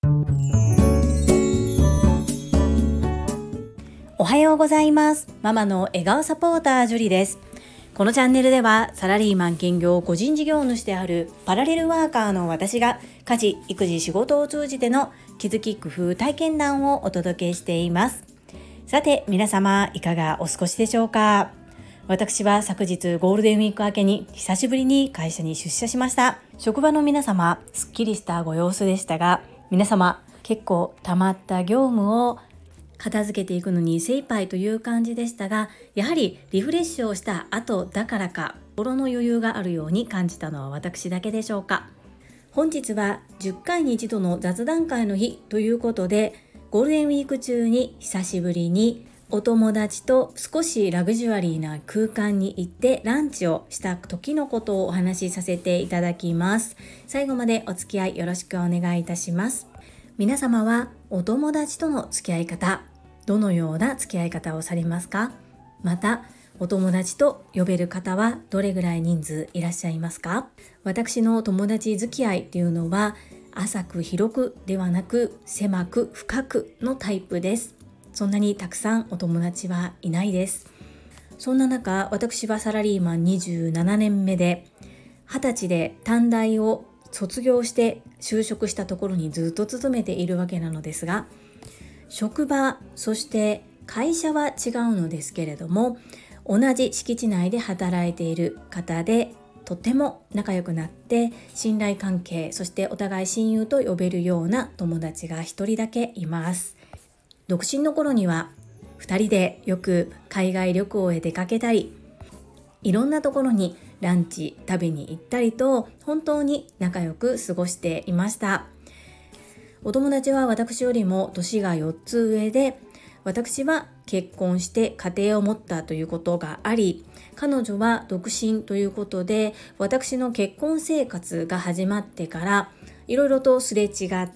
おはようございます。ママの笑顔サポータージュリです。このチャンネルではサラリーマン兼業個人事業主であるパラレルワーカーの私が家事・育児・仕事を通じての気づき・工夫・体験談をお届けしています。さて皆様いかがお過ごしでしょうか。私は昨日ゴールデンウィーク明けに久しぶりに会社に出社しました。職場の皆様すっきりしたご様子でしたが、皆様結構溜まった業務を片付けていくのに精一杯という感じでしたが、やはりリフレッシュをした後だからか心の余裕があるように感じたのは私だけでしょうか。本日は10回に一度の雑談会の日ということで、ゴールデンウィーク中に久しぶりにお友達と少しラグジュアリーな空間に行ってランチをした時のことをお話しさせていただきます。最後までお付き合いよろしくお願いいたします。皆様はお友達との付き合い方、どのような付き合い方をされますか？またお友達と呼べる方はどれぐらい人数いらっしゃいますか？私の友達付き合いっていうのは浅く広くではなく狭く深くのタイプです。そんなにたくさんお友達はいないです。そんな中、私はサラリーマン27年目で20歳で短大を卒業して就職したところにずっと勤めているわけなのですが、職場そして会社は違うのですけれども、同じ敷地内で働いている方でとても仲良くなって信頼関係、そしてお互い親友と呼べるような友達が一人だけいます。独身の頃には2人でよく海外旅行へ出かけたり、いろんなところにランチ食べに行ったりと本当に仲良く過ごしていました。お友達は私よりも年が4つ上で、私は結婚して家庭を持ったということがあり、彼女は独身ということで、私の結婚生活が始まってからいろいろとすれ違って、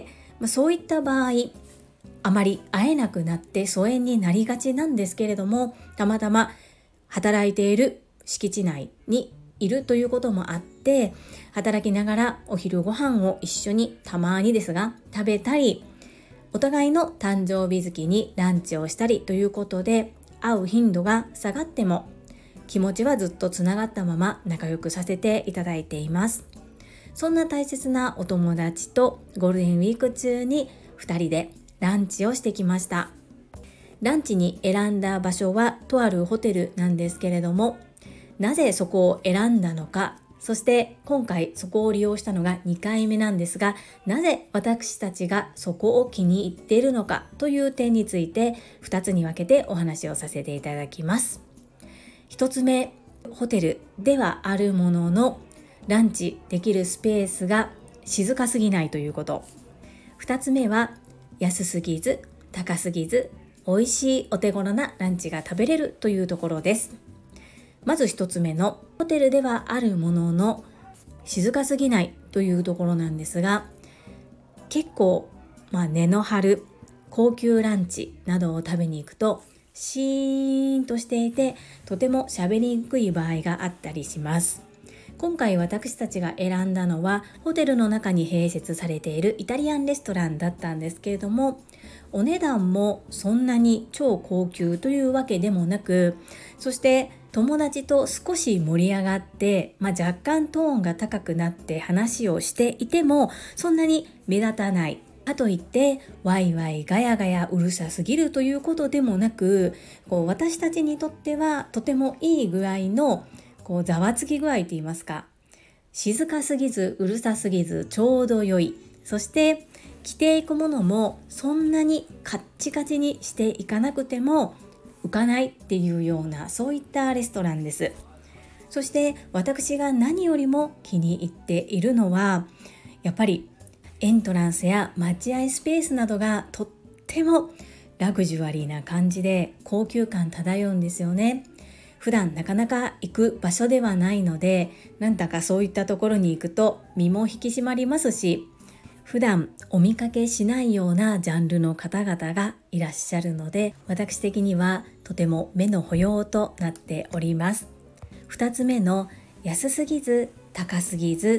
そういった場合あまり会えなくなって疎遠になりがちなんですけれども、たまたま働いている敷地内にいるということもあって、働きながらお昼ご飯を一緒にたまにですが食べたり、お互いの誕生日月にランチをしたりということで、会う頻度が下がっても気持ちはずっとつながったまま仲良くさせていただいています。そんな大切なお友達とゴールデンウィーク中に2人でランチをしてきました。ランチに選んだ場所はとあるホテルなんですけれども、なぜそこを選んだのか、そして今回そこを利用したのが2回目なんですが、なぜ私たちがそこを気に入っているのかという点について2つに分けてお話をさせていただきます。1つ目、ホテルではあるもののランチできるスペースが静かすぎないということ。2つ目は安すぎず高すぎず美味しいお手頃なランチが食べれるというところです。まず一つ目のホテルではあるものの静かすぎないというところなんですが、結構根の張る高級ランチなどを食べに行くとシーンとしていて、とても喋りにくい場合があったりします。今回私たちが選んだのはホテルの中に併設されているイタリアンレストランだったんですけれども、お値段もそんなに超高級というわけでもなく、そして友達と少し盛り上がって、若干トーンが高くなって話をしていてもそんなに目立たない。かといってワイワイガヤガヤうるさすぎるということでもなく、私たちにとってはとてもいい具合のざわつき具合といいますか、静かすぎずうるさすぎずちょうど良い。そして着ていくものもそんなにカッチカチにしていかなくても浮かないっていうような、そういったレストランです。そして私が何よりも気に入っているのは、やっぱりエントランスや待合スペースなどがとってもラグジュアリーな感じで高級感漂うんですよね。普段なかなか行く場所ではないので、なんだかそういったところに行くと身も引き締まりますし、普段お見かけしないようなジャンルの方々がいらっしゃるので、私的にはとても目の保養となっております。2つ目の安すぎず高すぎず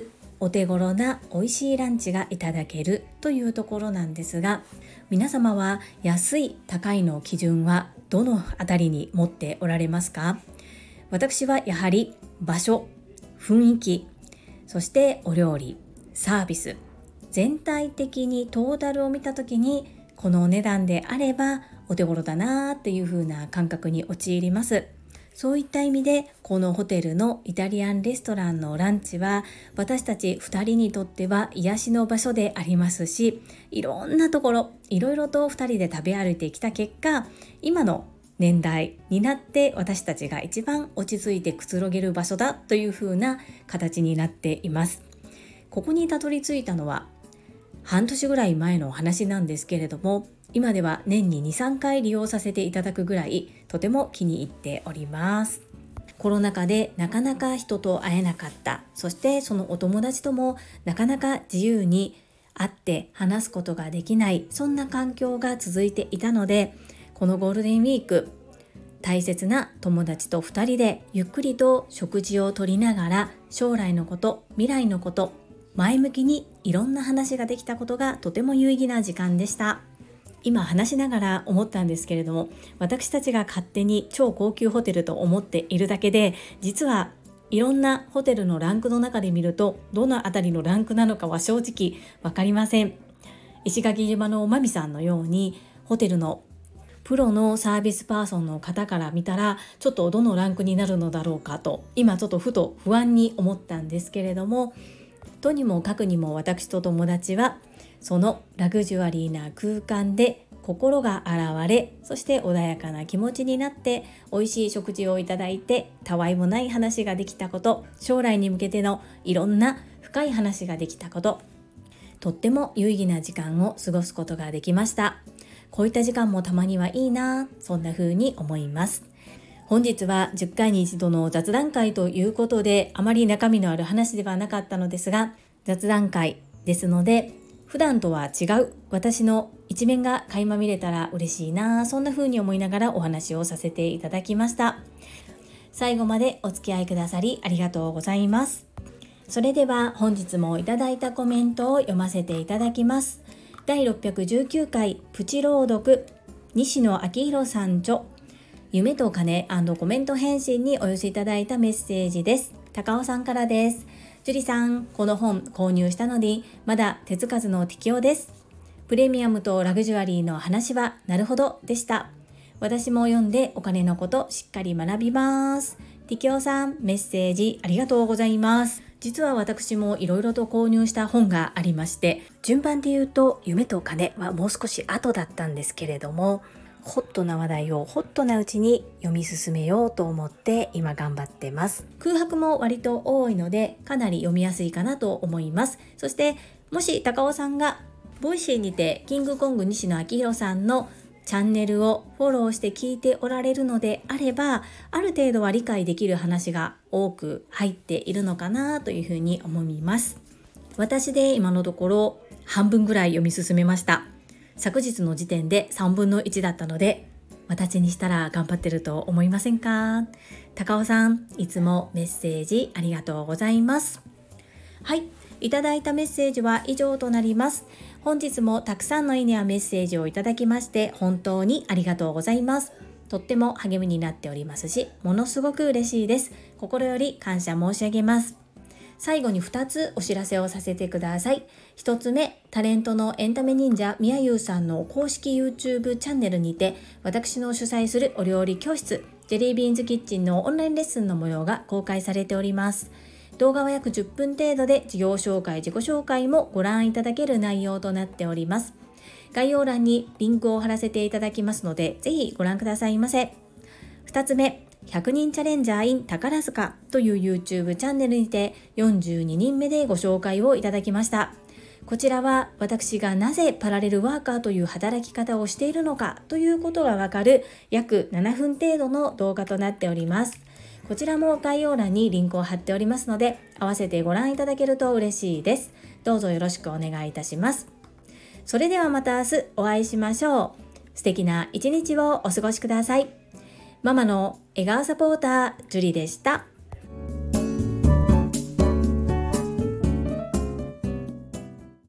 お手頃な美味しいランチがいただけるというところなんですが、皆様は安い高いの基準はどのあたりに持っておられますか？私はやはり場所、雰囲気、そしてお料理、サービス、全体的にトータルを見た時にこのお値段であればお手頃だなっていう風な感覚に陥ります。そういった意味でこのホテルのイタリアンレストランのランチは私たち2人にとっては癒しの場所でありますし、いろんなところいろいろと2人で食べ歩いてきた結果、今の年代になって私たちが一番落ち着いてくつろげる場所だという風な形になっています。ここにたどり着いたのは半年ぐらい前のお話なんですけれども、今では年に 2,3 回利用させていただくぐらいとても気に入っております。コロナ禍でなかなか人と会えなかった、そしてそのお友達ともなかなか自由に会って話すことができない、そんな環境が続いていたので、このゴールデンウィーク大切な友達と2人でゆっくりと食事をとりながら将来のこと、未来のこと、前向きにいろんな話ができたことがとても有意義な時間でした。今話しながら思ったんですけれども、私たちが勝手に超高級ホテルと思っているだけで、実はいろんなホテルのランクの中で見るとどのあたりのランクなのかは正直わかりません。石垣島のまみさんのようにホテルのプロのサービスパーソンの方から見たらちょっとどのランクになるのだろうかと今ちょっとふと不安に思ったんですけれども、とにもかくにも私と友達はそのラグジュアリーな空間で心が洗われ、そして穏やかな気持ちになって美味しい食事をいただいて、たわいもない話ができたこと、将来に向けてのいろんな深い話ができたこと、とっても有意義な時間を過ごすことができました。こういった時間もたまにはいいな、そんな風に思います。本日は10回に一度の雑談会ということで、あまり中身のある話ではなかったのですが、雑談会ですので普段とは違う私の一面が垣間見れたら嬉しいな、そんな風に思いながらお話をさせていただきました。最後までお付き合いくださりありがとうございます。それでは本日もいただいたコメントを読ませていただきます。第619回プチ朗読、西野昭弘さん著、夢と金&コメント返信にお寄せいただいたメッセージです。高尾さんからです。ジュリさん、この本購入したのにまだ手つかずの適用です。プレミアムとラグジュアリーの話はなるほどでした。私も読んでお金のことしっかり学びます。適用さん、メッセージありがとうございます。実は私もいろいろと購入した本がありまして、順番で言うと夢と金はもう少し後だったんですけれども、ホットな話題をホットなうちに読み進めようと思って今頑張ってます。空白も割と多いのでかなり読みやすいかなと思います。そしてもし高尾さんがボイシーにてキングコング西野昭弘さんのチャンネルをフォローして聞いておられるのであれば、ある程度は理解できる話が多く入っているのかなというふうに思います。私で今のところ半分ぐらい読み進めました。昨日の時点で3分の1だったので、私にしたら頑張ってると思いませんか？高尾さん、いつもメッセージありがとうございます。はい、いただいたメッセージは以上となります。本日もたくさんのいいねやメッセージをいただきまして本当にありがとうございます。とっても励みになっておりますし、ものすごく嬉しいです。心より感謝申し上げます。最後に2つお知らせをさせてください。1つ目、タレントのエンタメ忍者みやゆうさんの公式 YouTube チャンネルにて、私の主催するお料理教室ジェリービーンズキッチンのオンラインレッスンの模様が公開されております。動画は約10分程度で事業紹介、自己紹介もご覧いただける内容となっております。概要欄にリンクを貼らせていただきますので、ぜひご覧くださいませ。2つ目、100人チャレンジャー in 宝塚という YouTube チャンネルにて42人目でご紹介をいただきました。こちらは私がなぜパラレルワーカーという働き方をしているのかということがわかる約7分程度の動画となっております。こちらも概要欄にリンクを貼っておりますので、合わせてご覧いただけると嬉しいです。どうぞよろしくお願いいたします。それではまた明日お会いしましょう。素敵な一日をお過ごしください。ママの笑顔サポーター、ジュリでした。